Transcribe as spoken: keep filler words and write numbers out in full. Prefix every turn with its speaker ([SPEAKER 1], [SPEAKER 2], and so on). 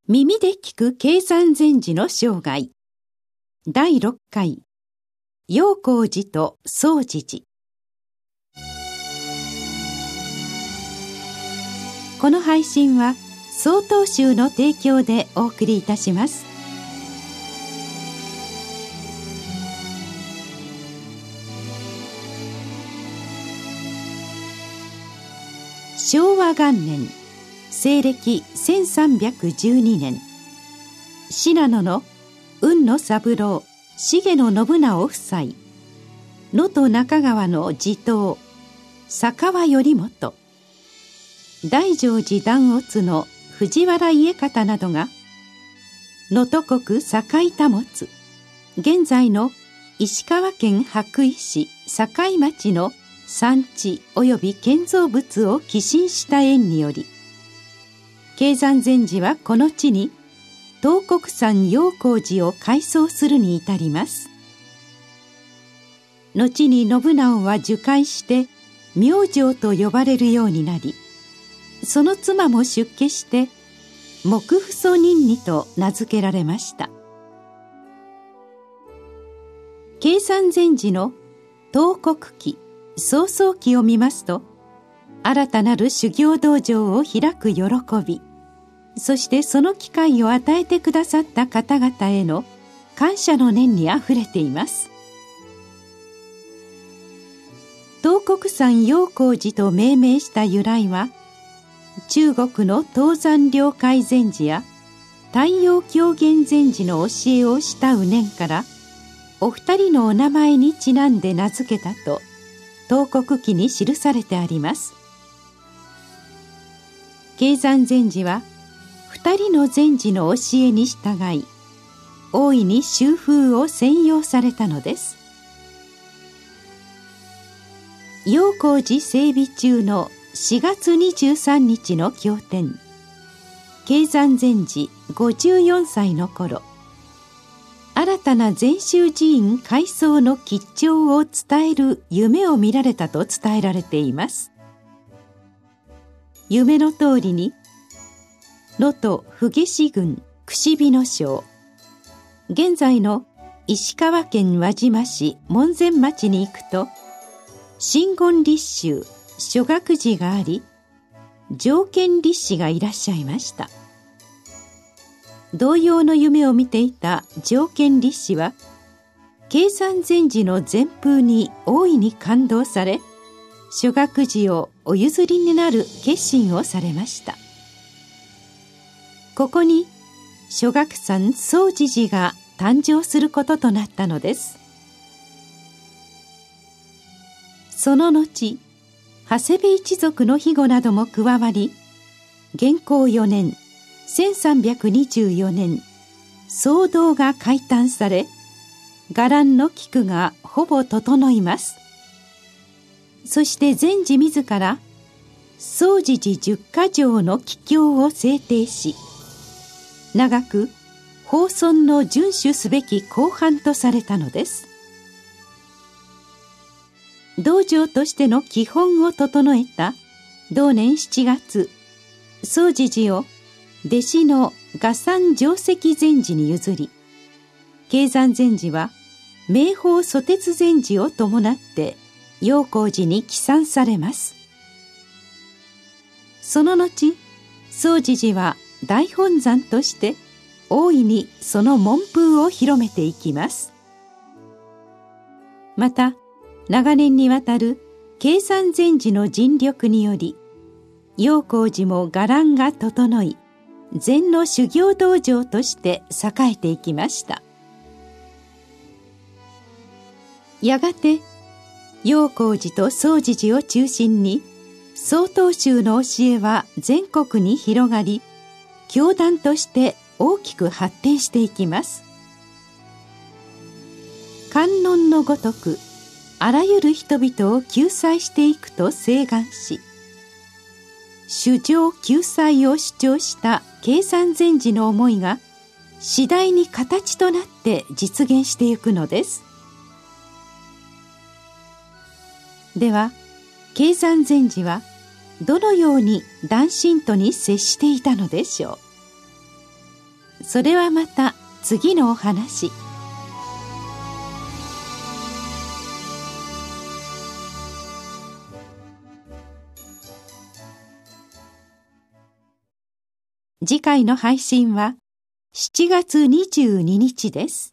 [SPEAKER 1] 耳で聞く計算禅師の生涯だいろっかい、陽光寺と總持寺。この配信は曹洞宗の提供でお送りいたします。昭和元年、西暦せんさんびゃくじゅうにねん、信濃の雲野三郎、重野信直夫妻、能登中川の地頭、坂和頼元、大乗寺断乙の藤原家方などが、能登国堺田持、現在の石川県羽咋市堺町の産地及び建造物を寄進した縁により、計山禅師はこの地に東国山陽光寺を改装するに至ります。後に信直は受戒して明星と呼ばれるようになり、その妻も出家して木父祖仁尼と名付けられました。計山禅師の東国期、曹操期を見ますと、新たなる修行道場を開く喜び、そしてその機会を与えてくださった方々への感謝の念にあふれています。東国山陽光寺と命名した由来は、中国の東山領海禅師や太陽狂言禅師の教えを慕う念から、お二人のお名前にちなんで名付けたと東国記に記されてあります。計山禅師は二人の禅師の教えに従い、大いに修風を専用されたのです。陽光寺整備中のしがつにじゅうさんにちの経典、計山禅師ごじゅうよんさいの頃、新たな禅宗寺院改装の吉兆を伝える夢を見られたと伝えられています。夢の通りに、能登府下市郡櫛日野町、現在の石川県輪島市門前町に行くと、真言立宗諸学寺があり、常見立師がいらっしゃいました。同様の夢を見ていた常見立師は、計山禅師の禅風に大いに感動され、諸学寺をお譲りになる決心をされました。ここに諸学山総持寺が誕生することとなったのです。その後、長谷部一族の庇護なども加わり、元弘よねん、せんさんびゃくにじゅうよねん、僧堂が開壇され、伽藍の菊がほぼ整います。そして禅師自ら総持寺十箇条の規教を制定し、長く法尊の遵守すべき規範とされたのです。道場としての基本を整えた同年しちがつ、総持寺を弟子の雅山上石禅師に譲り、計山禅師は明法蘇鉄禅師を伴って陽光寺に帰参されます。その後、総持寺は大本山として大いにその門風を広めていきます。また、長年にわたる計山禅師の尽力により、陽光寺も伽藍が整い、禅の修行道場として栄えていきました。やがて陽光寺と総持寺を中心に、曹洞宗の教えは全国に広がり、教団として大きく発展していきます。観音のごとく、あらゆる人々を救済していくと請願し、衆生救済を主張した計山禅師の思いが次第に形となって実現していくのです。では、計山禅師はどのように男信徒に接していたのでしょう。 それはまた次のお話。次回の配信はしちがつにじゅうににちです。